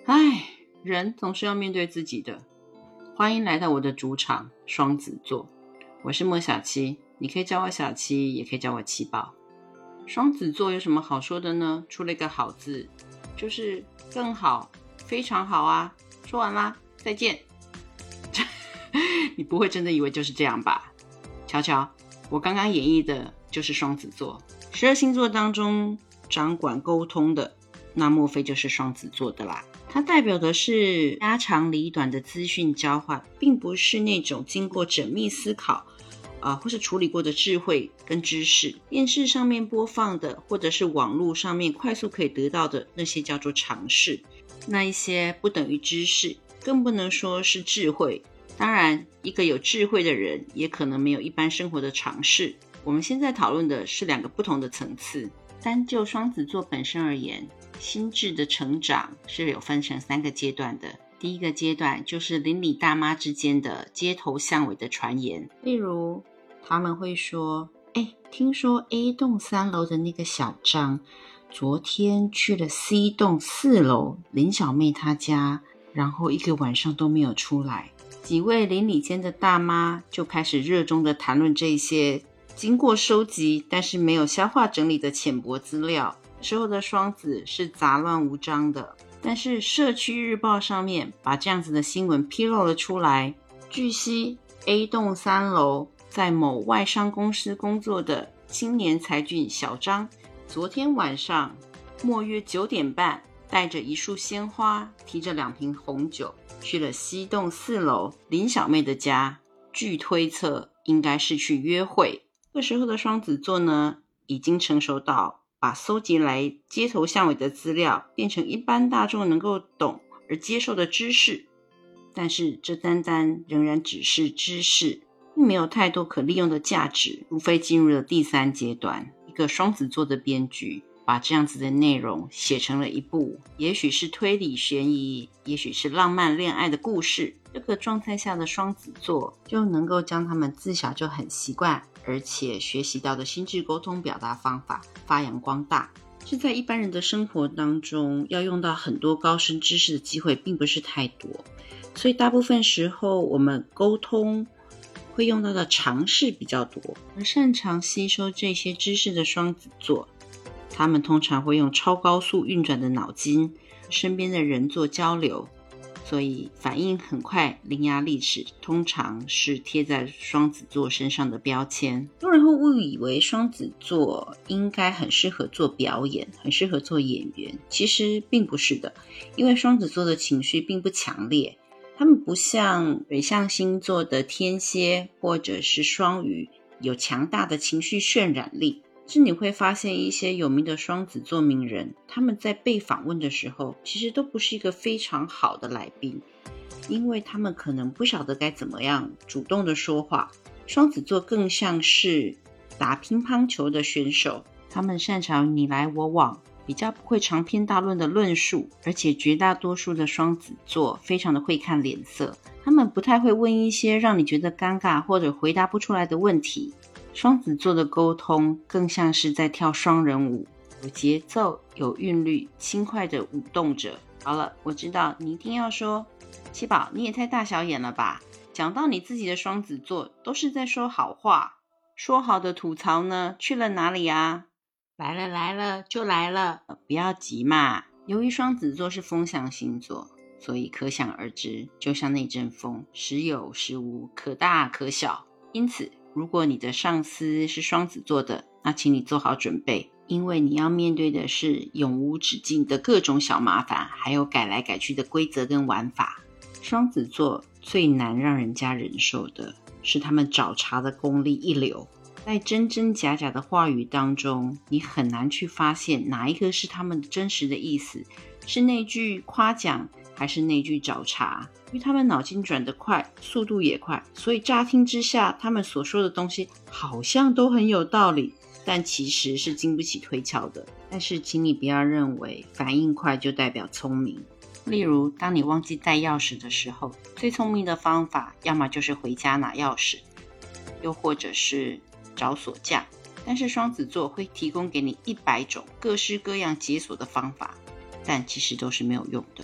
唉，人总是要面对自己的。欢迎来到我的主场双子座，我是莫小七，你可以叫我小七，也可以叫我七宝。双子座有什么好说的呢？出了一个好字，就是更好，非常好啊。说完啦，再见。你不会真的以为就是这样吧？瞧瞧，我刚刚演绎的就是双子座。12星座当中掌管沟通的，那莫非就是双子座的啦。它代表的是家长里短的资讯交换，并不是那种经过缜密思考或是处理过的智慧跟知识。电视上面播放的，或者是网络上面快速可以得到的那些叫做常识，那一些不等于知识，更不能说是智慧。当然，一个有智慧的人也可能没有一般生活的常识。我们现在讨论的是两个不同的层次。单就双子座本身而言，心智的成长是有分成3个阶段的。第一个阶段就是邻里大妈之间的街头巷尾的传言，例如他们会说，听说 A 栋3楼的那个小张昨天去了 C 栋4楼林小妹她家，然后1个晚上都没有出来。几位邻里间的大妈就开始热衷的谈论这些经过收集但是没有消化整理的浅薄资料。时候的双子是杂乱无章的，但是社区日报上面把这样子的新闻披露了出来。据悉 A 栋3楼在某外商公司工作的青年才俊小张，昨天晚上莫约9点半带着一束鲜花，提着2瓶红酒去了西栋4楼林小妹的家，据推测应该是去约会。这时候的双子座呢，已经成熟到把搜集来街头巷尾的资料变成一般大众能够懂而接受的知识，但是这单单仍然只是知识，并没有太多可利用的价值，无非进入了第3阶段。一个双子座的编剧把这样子的内容写成了一部也许是推理悬疑，也许是浪漫恋爱的故事。这个状态下的双子座就能够将他们自小就很习惯而且学习到的心智沟通表达方法发扬光大。是在一般人的生活当中要用到很多高深知识的机会并不是太多，所以大部分时候我们沟通会用到的常识比较多。而擅长吸收这些知识的双子座，他们通常会用超高速运转的脑筋身边的人做交流，所以反应很快，伶牙俐齿，通常是贴在双子座身上的标签。有人会误以为双子座应该很适合做表演，很适合做演员，其实并不是的，因为双子座的情绪并不强烈，他们不像水象星座的天蝎或者是双鱼有强大的情绪渲染力。是你会发现一些有名的双子座名人，他们在被访问的时候其实都不是一个非常好的来宾，因为他们可能不晓得该怎么样主动的说话。双子座更像是打乒乓球的选手，他们擅长你来我往，比较不会长篇大论的论述，而且绝大多数的双子座非常的会看脸色，他们不太会问一些让你觉得尴尬或者回答不出来的问题。双子座的沟通更像是在跳双人舞，有节奏，有韵律，轻快的舞动着。好了，我知道你一定要说，七宝你也太大小眼了吧，讲到你自己的双子座都是在说好话，说好的吐槽呢，去了哪里啊？来了就来了，不要急嘛。由于双子座是风象星座，所以可想而知，就像那阵风，时有时无，可大可小。因此如果你的上司是双子座的，那请你做好准备，因为你要面对的是永无止境的各种小麻烦，还有改来改去的规则跟玩法。双子座最难让人家忍受的是他们找茬的功力一流，在真真假假的话语当中，你很难去发现哪一个是他们真实的意思，是那句夸奖还是那句找茬。因为他们脑筋转得快，速度也快，所以乍听之下他们所说的东西好像都很有道理，但其实是经不起推敲的。但是请你不要认为反应快就代表聪明。例如当你忘记带钥匙的时候，最聪明的方法要么就是回家拿钥匙，又或者是找锁匠。但是双子座会提供给你100种各式各样解锁的方法，但其实都是没有用的。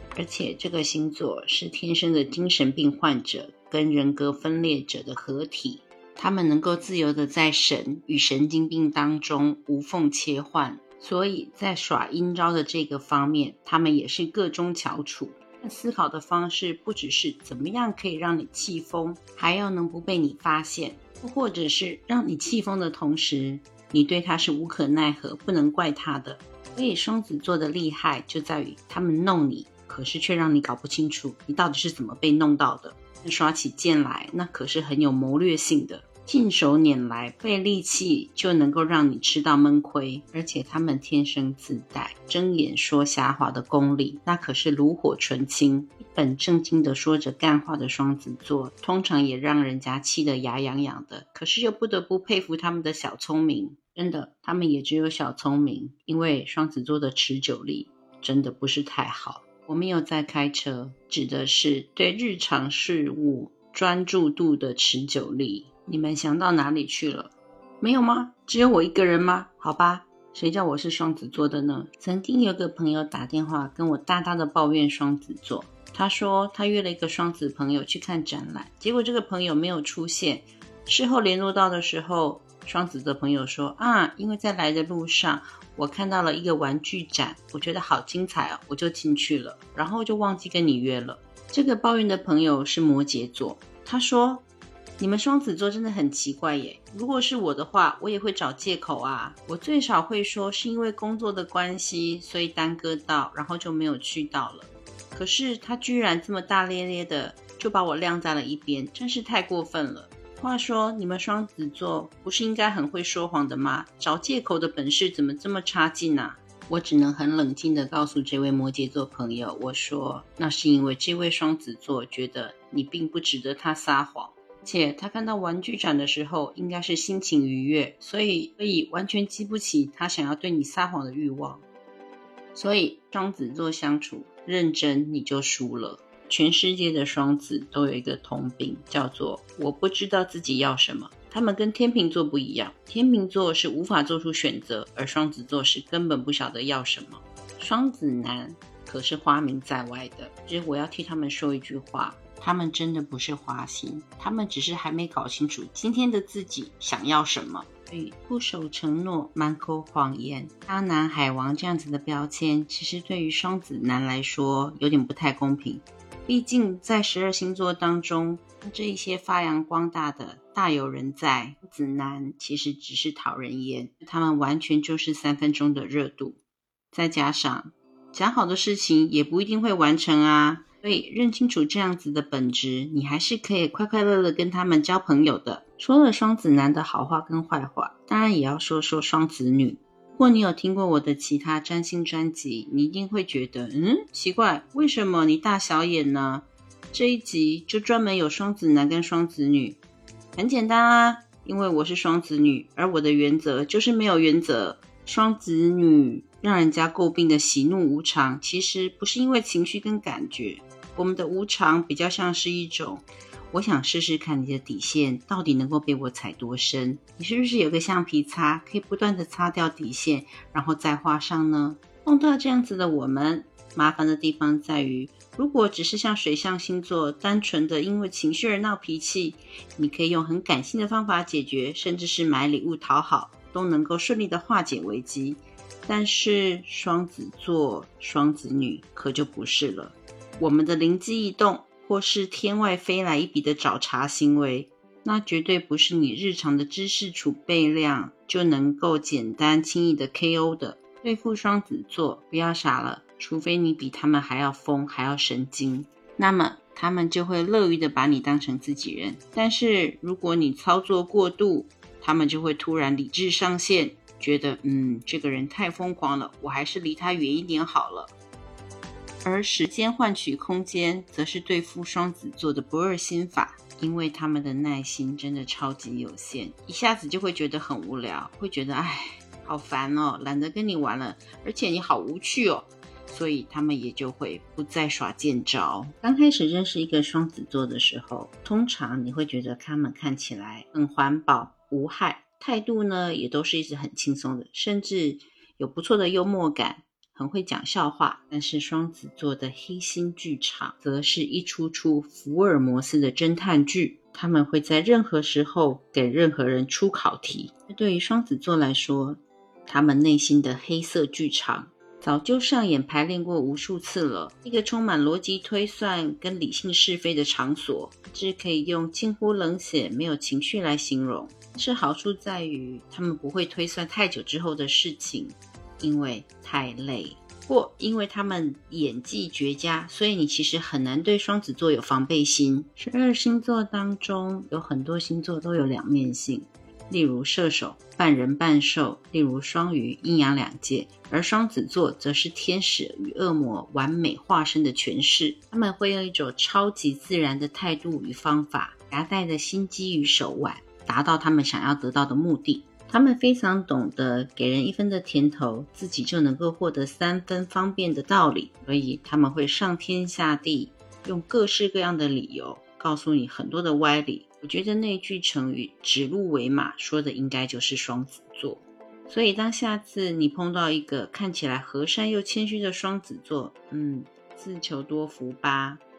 而且这个星座是天生的精神病患者跟人格分裂者的合体，他们能够自由的在神与神经病当中无缝切换，所以在耍阴招的这个方面，他们也是各中翘楚。思考的方式不只是怎么样可以让你气疯，还要能不被你发现，或者是让你气疯的同时，你对他是无可奈何，不能怪他的。所以双子座的厉害就在于他们弄你，可是却让你搞不清楚你到底是怎么被弄到的。耍起剑来，那可是很有谋略性的，信手拈来，被利器就能够让你吃到闷亏。而且他们天生自带睁眼说瞎话的功力，那可是炉火纯青。一本正经的说着干话的双子座，通常也让人家气得牙痒痒的，可是又不得不佩服他们的小聪明。真的，他们也只有小聪明，因为双子座的持久力真的不是太好。我没有在开车，指的是对日常事物专注度的持久力。你们想到哪里去了？没有吗？只有我一个人吗？好吧，谁叫我是双子座的呢？曾经有个朋友打电话跟我大大的抱怨双子座，他说他约了一个双子朋友去看展览，结果这个朋友没有出现。事后联络到的时候，双子的朋友说因为在来的路上我看到了一个玩具展，我觉得好精彩哦，我就进去了，然后就忘记跟你约了。这个抱怨的朋友是摩羯座，他说你们双子座真的很奇怪耶，如果是我的话，我也会找借口啊，我最少会说是因为工作的关系，所以耽搁到，然后就没有去到了。可是他居然这么大咧咧的就把我晾在了一边，真是太过分了。话说你们双子座不是应该很会说谎的吗？找借口的本事怎么这么差劲啊？我只能很冷静地告诉这位摩羯座朋友，我说那是因为这位双子座觉得你并不值得他撒谎，且他看到玩具展的时候应该是心情愉悦，所以完全激不起他想要对你撒谎的欲望。所以双子座相处认真你就输了。全世界的双子都有一个通病，叫做我不知道自己要什么。他们跟天秤座不一样，天秤座是无法做出选择，而双子座是根本不晓得要什么。双子男可是花名在外的，其实我要替他们说一句话，他们真的不是花心，他们只是还没搞清楚今天的自己想要什么。所以不守承诺，满口谎言，渣男海王这样子的标签，其实对于双子男来说有点不太公平。毕竟在12星座当中，这一些发扬光大的大有人在，子男其实只是讨人厌，他们完全就是3分钟的热度，再加上讲好的事情也不一定会完成啊，所以认清楚这样子的本质，你还是可以快快乐乐跟他们交朋友的。说了双子男的好话跟坏话，当然也要说说双子女。如果你有听过我的其他占星专辑，你一定会觉得奇怪，为什么你大小眼呢？这一集就专门有双子男跟双子女。很简单啊，因为我是双子女，而我的原则就是没有原则。双子女让人家诟病的喜怒无常，其实不是因为情绪跟感觉，我们的无常比较像是一种我想试试看你的底线到底能够被我踩多深，你是不是有个橡皮擦可以不断的擦掉底线然后再画上呢？碰到这样子的我们，麻烦的地方在于，如果只是像水象星座单纯的因为情绪而闹脾气，你可以用很感性的方法解决，甚至是买礼物讨好，都能够顺利的化解危机。但是双子座双子女可就不是了，我们的灵机一动或是天外飞来一笔的找茬行为，那绝对不是你日常的知识储备量就能够简单轻易的 KO 的。对付双子座不要傻了，除非你比他们还要疯还要神经，那么他们就会乐于的把你当成自己人。但是如果你操作过度，他们就会突然理智上线，觉得这个人太疯狂了，我还是离他远一点好了。而时间换取空间则是对付双子座的不二心法，因为他们的耐心真的超级有限，一下子就会觉得很无聊，会觉得好烦哦，懒得跟你玩了，而且你好无趣哦，所以他们也就会不再耍剑招。刚开始认识一个双子座的时候，通常你会觉得他们看起来很环保无害，态度呢也都是一直很轻松的，甚至有不错的幽默感， 很会讲笑话，但是双子座的黑心剧场则是一出出福尔摩斯的侦探剧，他们会在任何时候给任何人出考题。对于双子座来说，他们内心的黑色剧场早就上演排练过无数次了，一个充满逻辑推算跟理性是非的场所，只可以用近乎冷血没有情绪来形容。是好处在于他们不会推算太久之后的事情，因为太累，或因为他们演技绝佳，所以你其实很难对双子座有防备心。12星座当中有很多星座都有两面性，例如射手半人半兽，例如双鱼阴阳两界，而双子座则是天使与恶魔完美化身的诠释。他们会用一种超级自然的态度与方法，夹带着心机与手腕，达到他们想要得到的目的。他们非常懂得给人1分的甜头，自己就能够获得3分方便的道理，所以他们会上天下地，用各式各样的理由告诉你很多的歪理。我觉得那句成语指鹿为马说的应该就是双子座。所以当下次你碰到一个看起来和善又谦虚的双子座，自求多福吧。